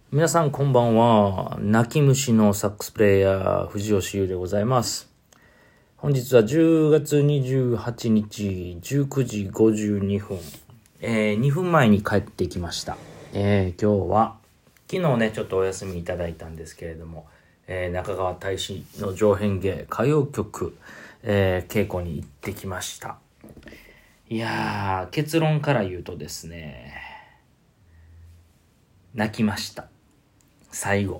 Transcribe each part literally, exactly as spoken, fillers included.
皆さんこんばんは。泣き虫のサックスプレイヤー藤吉優でございます。本日はじゅうがつにじゅうはちにちじゅうくじごじゅうにふん、えー、にふんまえに帰ってきました。えー、今日は昨日ねちょっとお休みいただいたんですけれども、えー、中川大志の上辺芸歌謡曲、えー、稽古に行ってきました。いやー、結論から言うとですね、泣きました。最後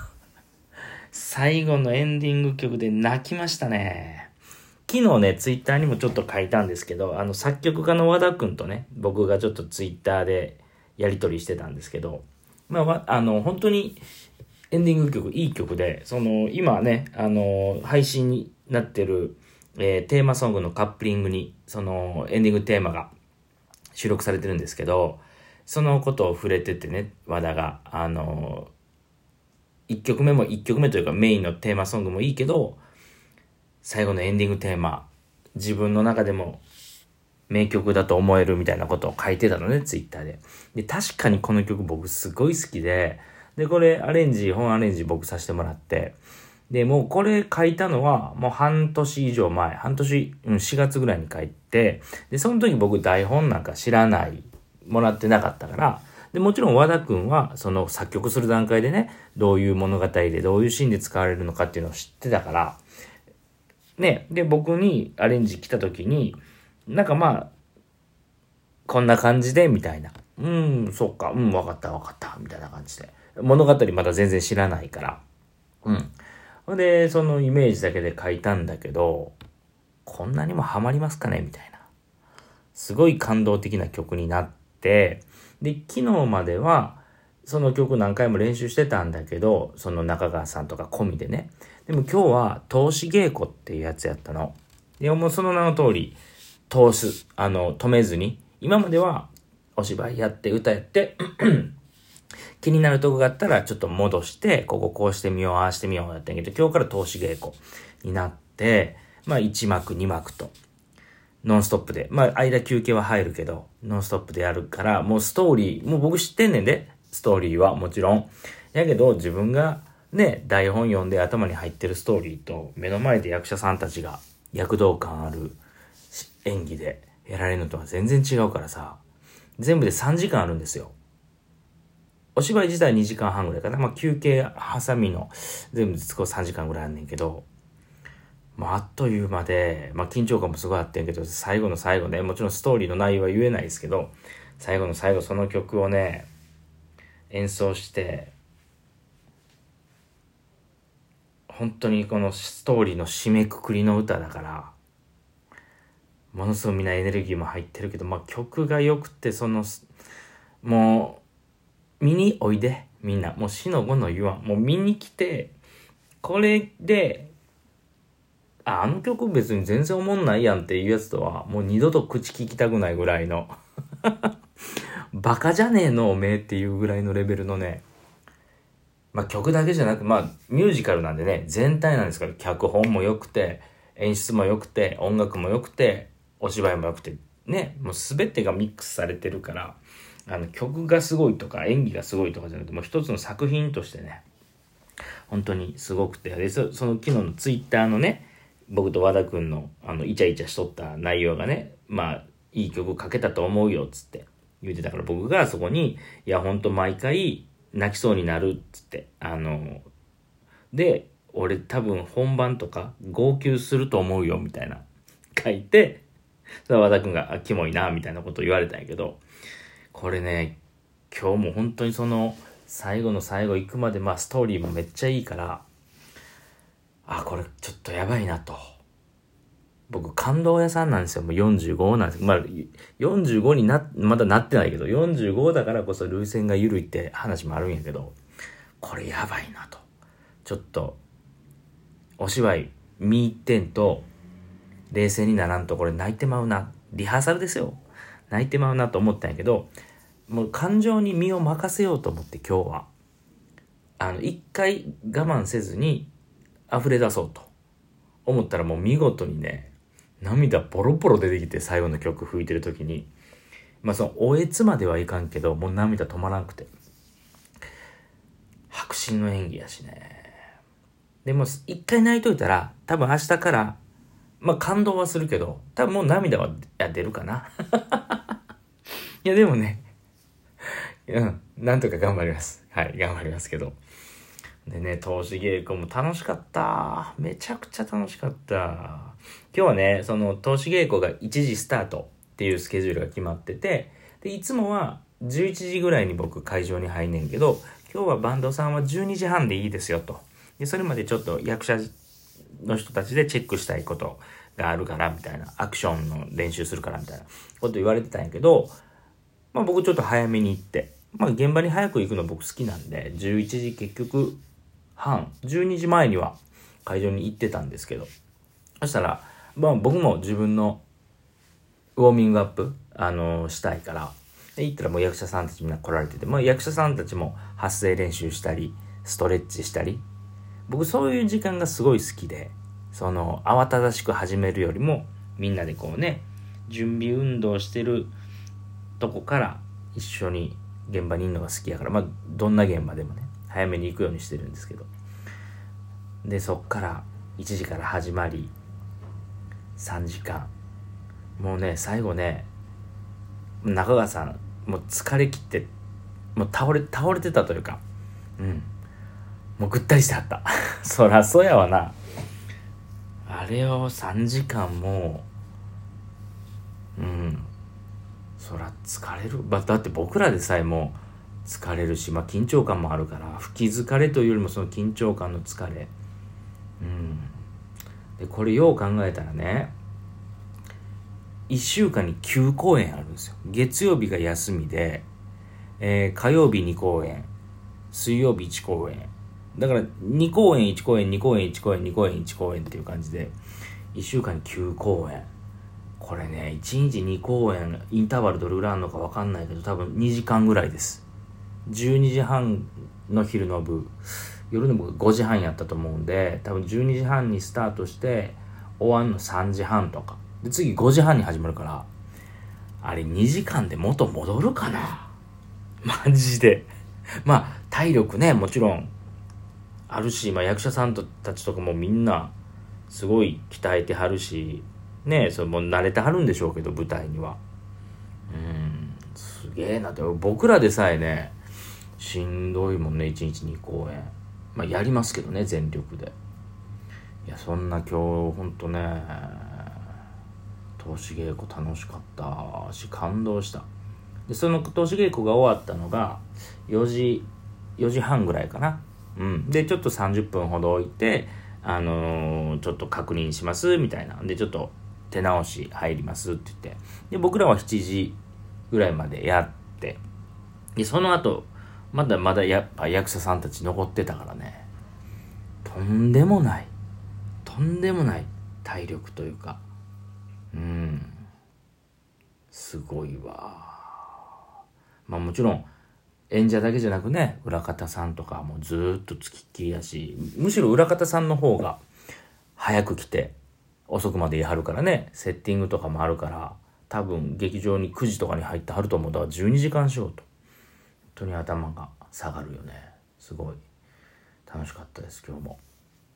最後のエンディング曲で泣きましたね。昨日ねツイッターにもちょっと書いたんですけど、あの作曲家の和田くんとね僕がちょっとツイッターでやり取りしてたんですけど、まああの本当にエンディング曲いい曲で、その今ねあの配信になってる、えー、テーマソングのカップリングにそのエンディングテーマが収録されてるんですけど、そのことを触れててね和田があのいっきょくめもいっきょくめというかメインのテーマソングもいいけど、最後のエンディングテーマ自分の中でも名曲だと思えるみたいなことを書いてたのねツイッターで。で確かにこの曲僕すごい好きで、でこれアレンジ本アレンジ僕させてもらって、でもうこれ書いたのはもう半年以上前、半年、うん、しがつぐらいに書いて、でその時僕台本なんか知らないもらってなかったから、でもちろん和田くんはその作曲する段階でねどういう物語でどういうシーンで使われるのかっていうのを知ってたからね。で僕にアレンジ来た時になんかまあこんな感じでみたいな、うんそっかうん分かった分かったみたいな感じで、物語まだ全然知らないから、うんでそのイメージだけで書いたんだけど、こんなにもハマりますかねみたいな、すごい感動的な曲になって、で昨日まではその曲何回も練習してたんだけど、その中川さんとか込みでね。でも今日は通し稽古っていうやつやったの。でもうその名の通り通す、あの止めずに、今まではお芝居やって歌やって気になるとこがあったらちょっと戻して、こここうしてみようああしてみようだったんやけど、今日から通し稽古になって、まあいちまくにまくとノンストップで、まあ間休憩は入るけどノンストップでやるから、もうストーリーもう僕知ってんねんで、ストーリーはもちろんやけど、自分がね台本読んで頭に入ってるストーリーと目の前で役者さんたちが躍動感ある演技でやられるのとは全然違うからさ、全部でさんじかんあるんですよ。お芝居自体にじかんはんぐらいかな、まあ休憩挟みの全部でさんじかんぐらいあんねんけど、まあ、あっという間で、まあ、緊張感もすごいあってんけど、最後の最後ね、もちろんストーリーの内容は言えないですけど、最後の最後その曲をね演奏して、本当にこのストーリーの締めくくりの歌だから、ものすごいみんなエネルギーも入ってるけど、まあ、曲が良くて、そのもう見においでみんな、もう死の後の言わん、もう見に来て、これでああの曲別に全然おもんないやんっていうやつとはもう二度と口聞きたくないぐらいのバカじゃねえのおめえっていうぐらいのレベルのね、まあ曲だけじゃなく、まあミュージカルなんでね全体なんですから、脚本も良くて演出も良くて音楽も良くてお芝居も良くてね、もう全てがミックスされてるから、あの曲がすごいとか演技がすごいとかじゃなくて、もう一つの作品としてね本当にすごくて、で そ, その昨日のツイッターのね僕と和田くんのあのイチャイチャしとった内容がね、まあいい曲書けたと思うよっつって言ってたから、僕がそこにいやほんと毎回泣きそうになるっつって、あので俺多分本番とか号泣すると思うよみたいな書いて、それ和田くんがあキモいなみたいなことを言われたんやけど、これね今日も本当にその最後の最後行くまで、まあストーリーもめっちゃいいから、あこれちょっとやばいなと。僕感動屋さんなんですよ。もうよんじゅうごなんです。まあよんじゅうごになまだなってないけど、よんじゅうごだからこそ涙腺が緩いって話もあるんやけど、これやばいなと。ちょっとお芝居見入ってんと冷静にならんとこれ泣いてまうな、リハーサルですよ、泣いてまうなと思ったんやけど、もう感情に身を任せようと思って今日はあの一回我慢せずに溢れ出そうと思ったら、もう見事にね涙ボロボロ出てきて、最後の曲吹いてる時に、まあそのおえつまではいかんけどもう涙止まらなくて、 迫真の演技やしね。でも一回泣いといたら多分明日からまあ感動はするけど多分もう涙は出るかないやでもねうんなんとか頑張ります。はい頑張りますけど。でね、通し稽古も楽しかった。めちゃくちゃ楽しかった。今日はね、その通し稽古がいちじスタートっていうスケジュールが決まってて、で、いつもはじゅういちじぐらいに僕会場に入んねんけど、今日はバンドさんはじゅうにじはんでいいですよと。で、それまでちょっと役者の人たちでチェックしたいことがあるからみたいな、アクションの練習するからみたいなこと言われてたんやけど、まあ僕ちょっと早めに行って、まあ現場に早く行くの僕好きなんで、じゅういちじ結局、半じゅうにじまえには会場に行ってたんですけど、そしたら、まあ、僕も自分のウォーミングアップ、あのー、したいからで行ったらもう役者さんたちみんな来られてて、まあ、役者さんたちも発声練習したりストレッチしたり、僕そういう時間がすごい好きで、その慌ただしく始めるよりもみんなでこうね準備運動してるとこから一緒に現場にいるのが好きやから、まあどんな現場でもね早めに行くようにしてるんですけど、でそっからいちじから始まりさんじかん、もうね最後ね中川さんもう疲れ切ってもう倒れ倒れてたというか、うんもうぐったりしてはったそらそうやわな。あれをさんじかんもうんそら疲れる。だって僕らでさえも疲れるし、まあ緊張感もあるから、吹き疲れというよりもその緊張感の疲れ。うんでこれよう考えたらね、いっしゅうかんにきゅうこうえんあるんですよ。月曜日が休みで、えー、火曜日にこうえん、水曜日いちこうえん、だからにこうえんいちこうえんにこうえんいちこうえんにこうえんいちこうえんっていう感じでいっしゅうかんにきゅうこうえん。これねいちにちにこうえんインターバルどれぐらいあるのか分かんないけど多分にじかんぐらいです。じゅうにじはんの昼の部、夜の部ごじはんやったと思うんで、多分じゅうにじはんにスタートして終わんのさんじはんとかで次ごじはんに始まるから、あれにじかんで元戻るかなマジでまあ体力ねもちろんあるし、まあ、役者さんたちとかもみんなすごい鍛えてはるしね、それも慣れてはるんでしょうけど舞台にはうんすげえなって。僕らでさえねしんどいもんね、いちにちにこうえん、まあやりますけどね全力で。いやそんな今日ほんとね通し稽古楽しかったし感動した。でその通し稽古が終わったのがよじよじはんぐらいかな。うんでちょっとさんじゅっぷんほど置いてあのー、ちょっと確認しますみたいなでちょっと手直し入りますって言って、で僕らはしちじぐらいまでやって、でその後まだまだやっぱ役者さんたち残ってたからね、とんでもないとんでもない体力というか、うんすごいわ。まあもちろん演者だけじゃなくね裏方さんとかもずっとつきっきりだし、むしろ裏方さんの方が早く来て遅くまでいはるからね、セッティングとかもあるから多分劇場にくじとかに入ってはると思う。だからじゅうにじかん仕事、本当に頭が下がるよね。すごい楽しかったです今日も。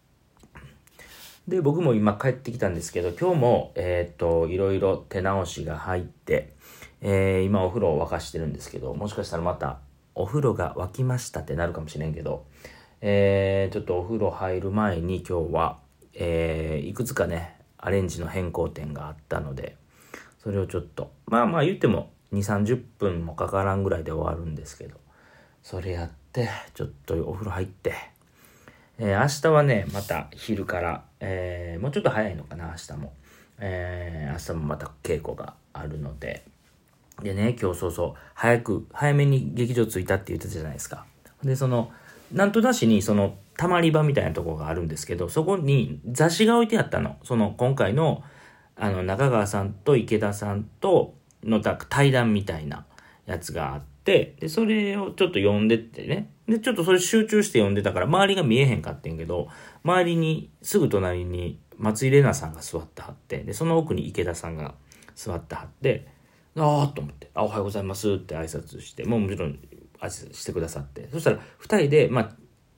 で僕も今帰ってきたんですけど、今日もえー、っといろいろ手直しが入って、えー、今お風呂を沸かしてるんですけど、もしかしたらまたお風呂が沸きましたってなるかもしれんけど、えー、ちょっとお風呂入る前に今日は、えー、いくつかねアレンジの変更点があったので、それをちょっとまあまあ言ってもにじゅうさんじゅっぷんもかからんぐらいで終わるんですけど、それやってちょっとお風呂入って、えー、明日はねまた昼から、えー、もうちょっと早いのかな明日も、えー、明日もまた稽古があるので、でね今日そうそう早く早めに劇場着いたって言ってたじゃないですか。でそのなんとなしにそのたまり場みたいなところがあるんですけど、そこに雑誌が置いてあったの。その今回のあの中川さんと池田さんとの対談みたいなやつがあって、でそれをちょっと読んでってね、でちょっとそれ集中して読んでたから周りが見えへんかってんけど、周りにすぐ隣に松井玲奈さんが座ってはって、でその奥に池田さんが座ってはって、ああと思って「あおはようございます」って挨拶して、もうもちろん挨拶してくださって、そしたらふたりでまあ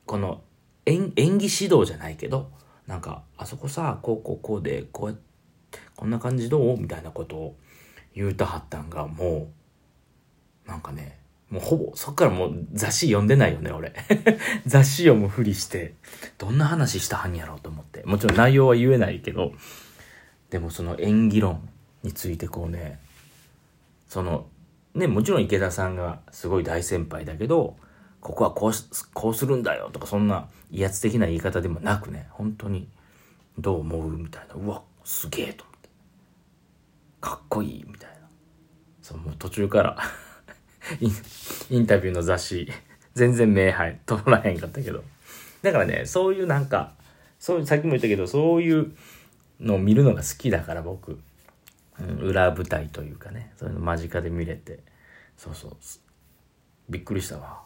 この演演技指導じゃないけど、なんかあそこさこうこうこうでこうやってこんな感じどうみたいなことを言うたはったんが、もうなんかね、もうほぼそっからもう雑誌読んでないよね俺雑誌読むふりしてどんな話したはんやろうと思って、もちろん内容は言えないけど、でもその演技論についてこうね、そのね、もちろん池田さんがすごい大先輩だけど、ここはこうしこうするんだよとか、そんな威圧的な言い方でもなくね、本当にどう思うみたいな、うわすげえと思って、かっこいいみたいな、そうもう途中からインインタビューの雑誌全然目入通らへんかったけど、だからね、そういうなんかそういうさっきも言ったけど、そういうのを見るのが好きだから僕、うん、裏舞台というかね、そういうの間近で見れて、そうそうびっくりしたわ。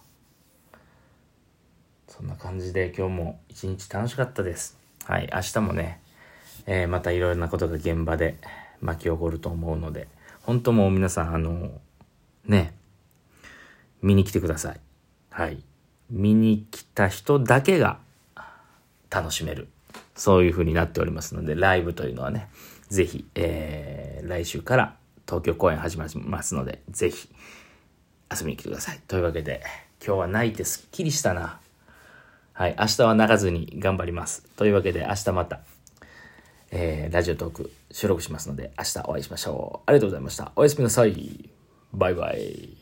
そんな感じで今日も一日楽しかったです。はい、明日もね、えー、またいろいろなことが現場で巻き起こると思うので、本当もう皆さんあのね、見に来てください。はい、見に来た人だけが楽しめる、そういう風になっておりますので、ライブというのはね、ぜひ、えー、来週から東京公演始まりますので、ぜひ遊びに来てください。というわけで今日は泣いてすっきりしたな。はい、明日は泣かずに頑張ります。というわけで明日また、えー、ラジオトーク収録しますので、明日お会いしましょう。ありがとうございました。おやすみなさい。バイバイ。